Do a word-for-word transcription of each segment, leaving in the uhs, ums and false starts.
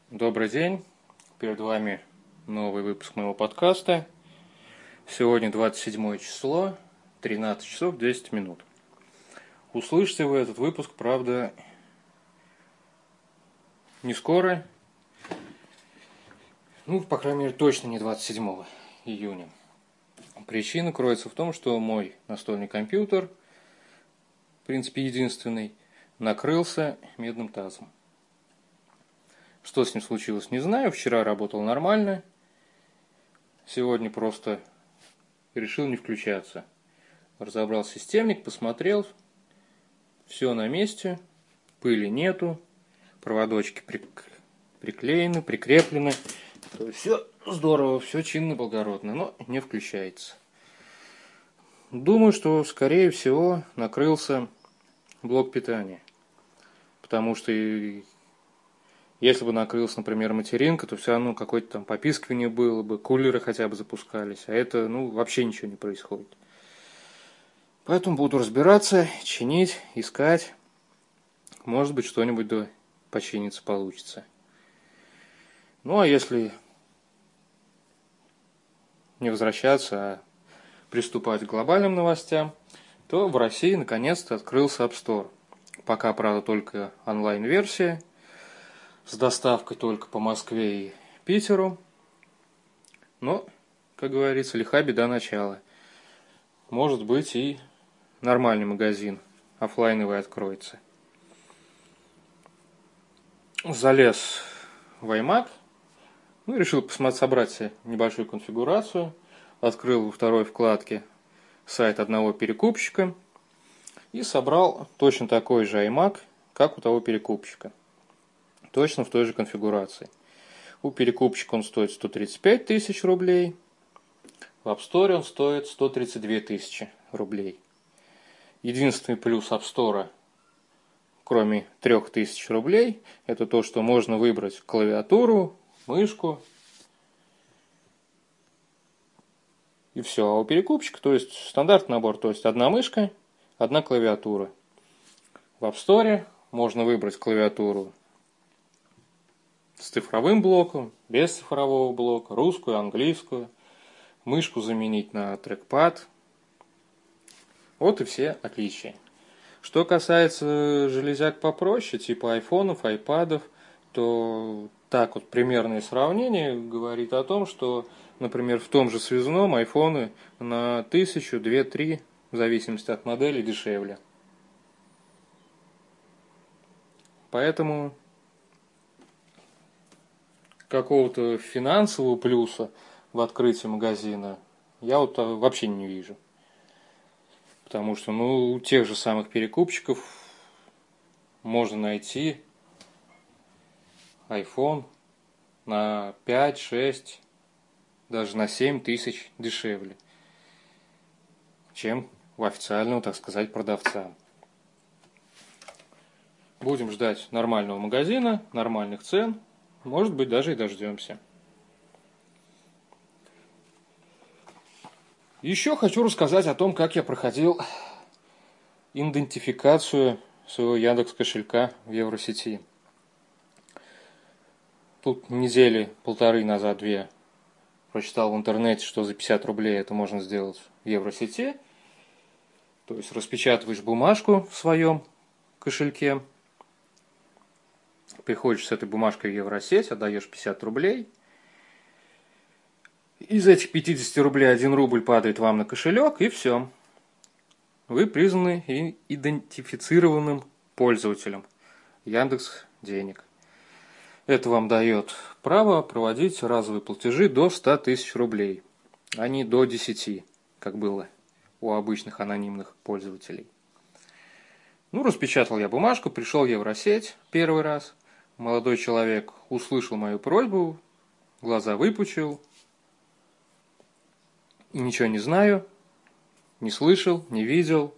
Добрый день, перед вами новый выпуск моего подкаста. Сегодня двадцать седьмое число, тринадцать часов десять минут. Услышите вы этот выпуск, правда, не скоро, ну, по крайней мере, точно не двадцать седьмого июня. Причина кроется в том, что мой настольный компьютер, в принципе, единственный, накрылся медным тазом. Что с ним случилось, не знаю. Вчера работал нормально. Сегодня просто решил не включаться. Разобрал системник, посмотрел. Все на месте. Пыли нету. Проводочки приклеены, прикреплены. То есть все здорово, все чинно, благородно, но не включается. Думаю, что, скорее всего, накрылся блок питания. Потому что если бы накрылась, например, материнка, то все равно какое-то там попискивание было бы, кулеры хотя бы запускались, а это, ну, вообще ничего не происходит. Поэтому буду разбираться, чинить, искать. Может быть, что-нибудь да починиться получится. Ну, а если не возвращаться, а приступать к глобальным новостям, то в России наконец-то открылся App Store. Пока, правда, только онлайн-версия, с доставкой только по Москве и Питеру. Но, как говорится, лиха беда начала. Может быть, и нормальный магазин офлайновый откроется. Залез в iMac, ну, решил посмотреть, собрать себе небольшую конфигурацию. Открыл во второй вкладке сайт одного перекупщика и собрал точно такой же iMac, как у того перекупщика. Точно в той же конфигурации. У перекупщика он стоит сто тридцать пять тысяч рублей. В App Store он стоит сто тридцать две тысячи рублей. Единственный плюс App Store, кроме три тысячи рублей, это то, что можно выбрать клавиатуру, мышку. И все. А у перекупщика, то есть стандартный набор, то есть одна мышка, одна клавиатура. В App Store можно выбрать клавиатуру с цифровым блоком, без цифрового блока, русскую, английскую, мышку заменить на трекпад. Вот и все отличия. Что касается железяк попроще, типа айфонов, айпадов, то так вот примерное сравнение говорит о том, что, например, в том же связном айфоны на тысячу, две, три, в зависимости от модели, дешевле. Поэтому какого-то финансового плюса в открытии магазина я вот вообще не вижу. Потому что, ну, у тех же самых перекупщиков можно найти iPhone на пять, шесть, даже на семь тысяч дешевле, чем у официального, так сказать, продавца. Будем ждать нормального магазина, нормальных цен. Может быть, даже и дождемся. Еще хочу рассказать о том, как я проходил идентификацию своего Яндекс.Кошелька в Евросети. Тут недели полторы назад, две, прочитал в интернете, что за пятьдесят рублей это можно сделать в Евросети. То есть распечатываешь бумажку в своем кошельке, приходишь с этой бумажкой в Евросеть, отдаешь пятьдесят рублей. Из этих пятьдесят рублей один рубль падает вам на кошелек, и все. Вы признаны идентифицированным пользователем Яндекс Денег. Это вам дает право проводить разовые платежи до ста тысяч рублей, а не до десяти, как было у обычных анонимных пользователей. Ну, распечатал я бумажку, пришел в Евросеть первый раз. Молодой человек услышал мою просьбу, глаза выпучил. Ничего не знаю, не слышал, не видел.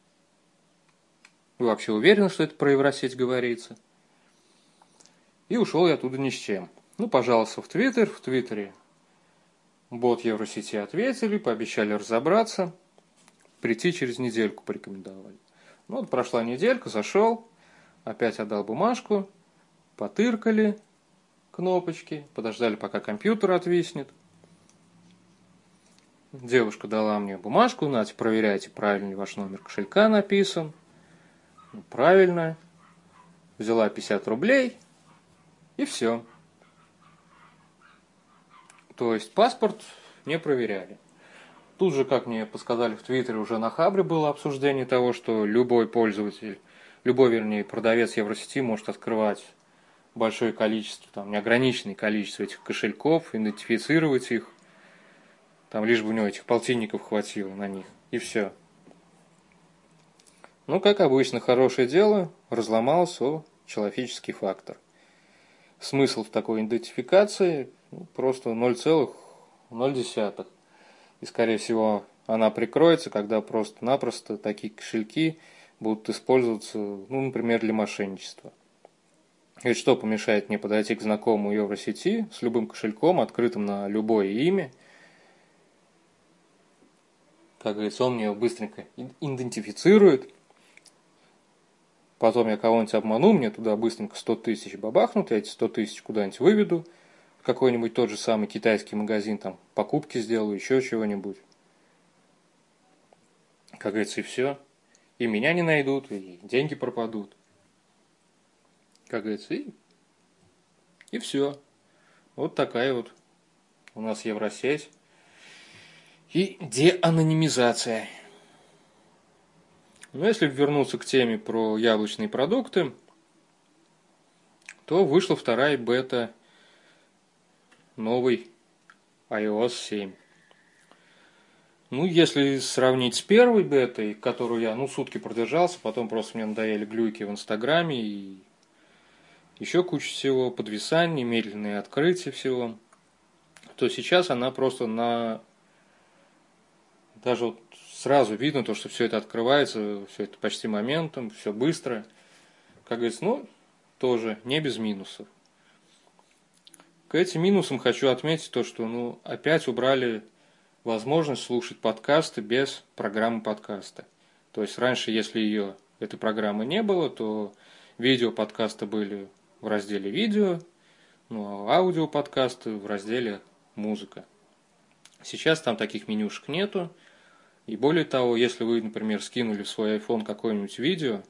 Вы вообще уверены, что это про Евросеть говорится? И ушел я оттуда ни с чем. Ну, пожаловался в Твиттер. В Твиттере бот Евросети ответили, пообещали разобраться. Прийти через недельку порекомендовали. Ну, вот прошла неделька, зашел, опять отдал бумажку, потыркали. кнопочки, подождали, пока компьютер отвиснет. Девушка дала мне бумажку, нате, проверяйте, правильно ли ваш номер кошелька написан. Правильно. Взяла пятьдесят рублей, и все. То есть паспорт не проверяли. Тут же, как мне подсказали в Твиттере, уже на Хабре было обсуждение того, что любой пользователь, любой, вернее, продавец Евросети может открывать большое количество, там, неограниченное количество этих кошельков, идентифицировать их, там, лишь бы у него этих полтинников хватило на них, и все. Ну, как обычно, хорошее дело разломался о человеческий фактор. Смысл в такой идентификации ну, просто ноль целых ноль десятых. И, скорее всего, она прикроется, когда просто-напросто такие кошельки будут использоваться, ну, например, для мошенничества. Ведь что помешает мне подойти к знакомому Евросети с любым кошельком, открытым на любое имя? Как говорится, он мне его быстренько идентифицирует. Потом я кого-нибудь обману, мне туда быстренько сто тысяч бабахнут, я эти сто тысяч куда-нибудь выведу, в какой-нибудь тот же самый китайский магазин, там, покупки сделаю, еще чего-нибудь. Как говорится, и все. И меня не найдут, и деньги пропадут. Как говорится, и, и все. Вот такая вот у нас Евросеть. И деанонимизация. Но если вернуться к теме про яблочные продукты, то вышла вторая бета новой ай о эс семь. Ну, если сравнить с первой бетой, которую я, ну, сутки продержался, потом просто мне надоели глюки в Инстаграме и еще куча всего, подвисаний, медленные открытия всего, то сейчас она просто на... Даже вот сразу видно то, что все это открывается, все это почти моментом, все быстро. Как говорится, ну, тоже не без минусов. К этим минусам хочу отметить то, что, ну, опять убрали возможность слушать подкасты без программы подкаста. То есть раньше, если ее, этой программы не было, то видео подкасты были в разделе видео, ну а аудио подкасты в разделе музыка. Сейчас там таких менюшек нету. И более того, если вы, например, скинули в свой iPhone какое-нибудь видео,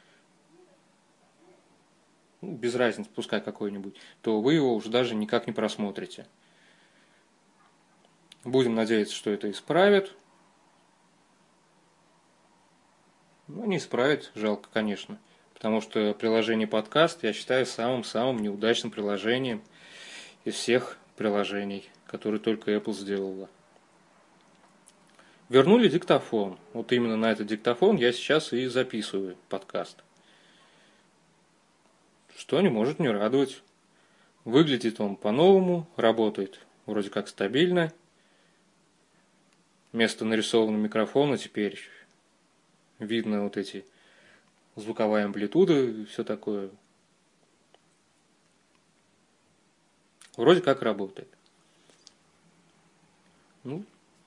ну, без разницы, пускай какое-нибудь, то вы его уже даже никак не просмотрите. Будем надеяться, что это исправят. Ну, не исправят, жалко, конечно. Потому что приложение подкаст я считаю самым-самым неудачным приложением из всех приложений, которые только Apple сделала. Вернули диктофон. Вот именно на этот диктофон я сейчас и записываю подкаст. Что не может не радовать. Выглядит он по-новому, работает вроде как стабильно. Вместо нарисованного микрофона теперь видно вот эти звуковая амплитуда и все такое. Вроде как работает. Ну,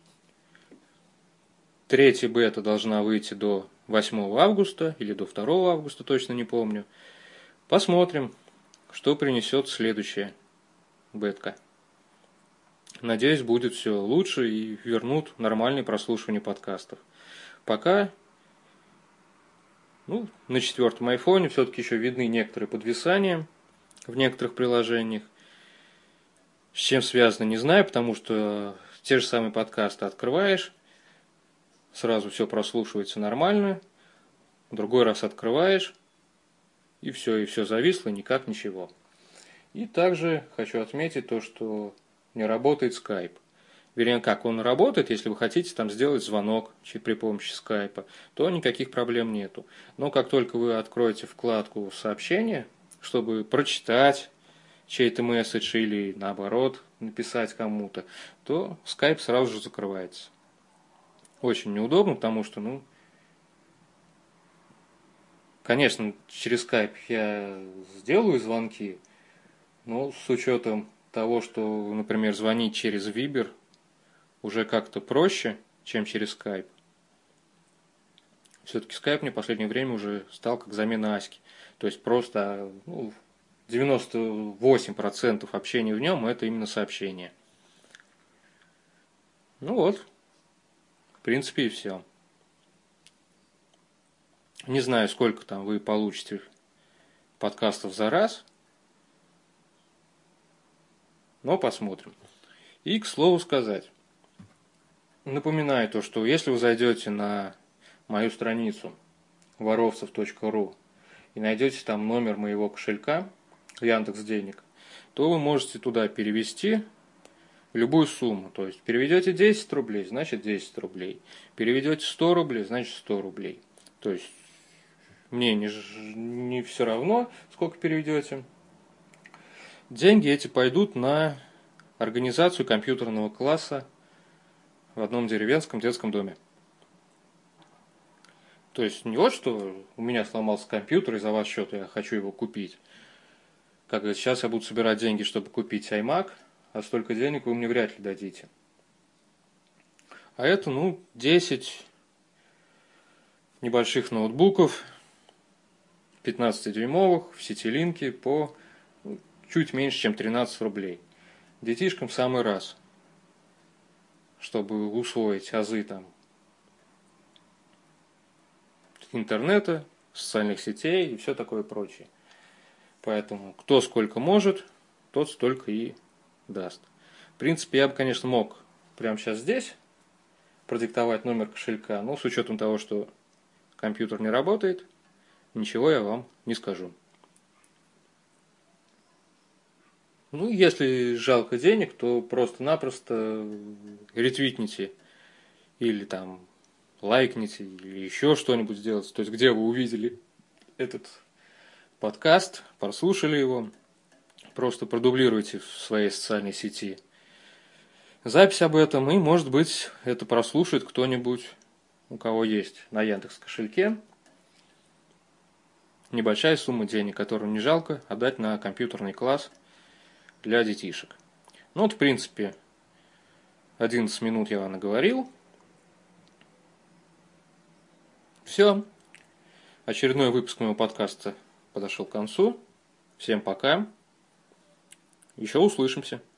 третья бета должна выйти до восьмого августа или до второго августа, точно не помню. Посмотрим, что принесет следующая бетка. Надеюсь, будет все лучше и вернут нормальное прослушивание подкастов. Пока, ну, на четвертом айфоне все-таки еще видны некоторые подвисания в некоторых приложениях. С чем связано, не знаю, потому что те же самые подкасты открываешь, сразу все прослушивается нормально, другой раз открываешь, и все, и все зависло, никак ничего. И также хочу отметить то, что не работает Skype. Вернее, как он работает, если вы хотите там сделать звонок при помощи скайпа, то никаких проблем нету. Но как только вы откроете вкладку сообщения, чтобы прочитать чей-то месседж или наоборот написать кому-то, то Skype сразу же закрывается. Очень неудобно, потому что, ну, конечно, через Skype я сделаю звонки, но с учетом того, что, например, звонить через Viber уже как-то проще, чем через Skype. Все-таки Skype мне в последнее время уже стал как замена Аськи. То есть просто, ну, девяносто восемь процентов общения в нем это именно сообщения. Ну вот, в принципе и все. Не знаю, сколько там вы получите подкастов за раз, но посмотрим. И, к слову сказать, напоминаю то, что если вы зайдете на мою страницу воровцев точка ру и найдете там номер моего кошелька Яндекс.Денег, то вы можете туда перевести любую сумму. То есть переведете десять рублей, значит десять рублей. Переведете сто рублей, значит сто рублей. То есть мне не, не все равно, сколько переведете. Деньги эти пойдут на организацию компьютерного класса в одном деревенском детском доме. То есть не вот, что у меня сломался компьютер, и за ваш счет я хочу его купить. Как говорится, сейчас я буду собирать деньги, чтобы купить iMac, а столько денег вы мне вряд ли дадите. А это, ну, десять небольших ноутбуков, пятнадцатидюймовых в сетилинке по ну, чуть меньше, чем тринадцать рублей. Детишкам в самый раз, чтобы усвоить азы там интернета, социальных сетей и все такое прочее. Поэтому кто сколько может, тот столько и даст. В принципе, я бы, конечно, мог прямо сейчас здесь продиктовать номер кошелька, но с учетом того, что компьютер не работает, ничего я вам не скажу. Ну, если жалко денег, то просто-напросто ретвитните или там лайкните, или еще что-нибудь сделайте. То есть, где вы увидели этот подкаст, прослушали его, просто продублируйте в своей социальной сети запись об этом, и, может быть, это прослушает кто-нибудь, у кого есть на Яндекс кошельке небольшая сумма денег, которую не жалко отдать на компьютерный класс для детишек. Ну вот, в принципе, одиннадцать минут я вам наговорил. Все. Очередной выпуск моего подкаста подошел к концу. Всем пока. Еще услышимся.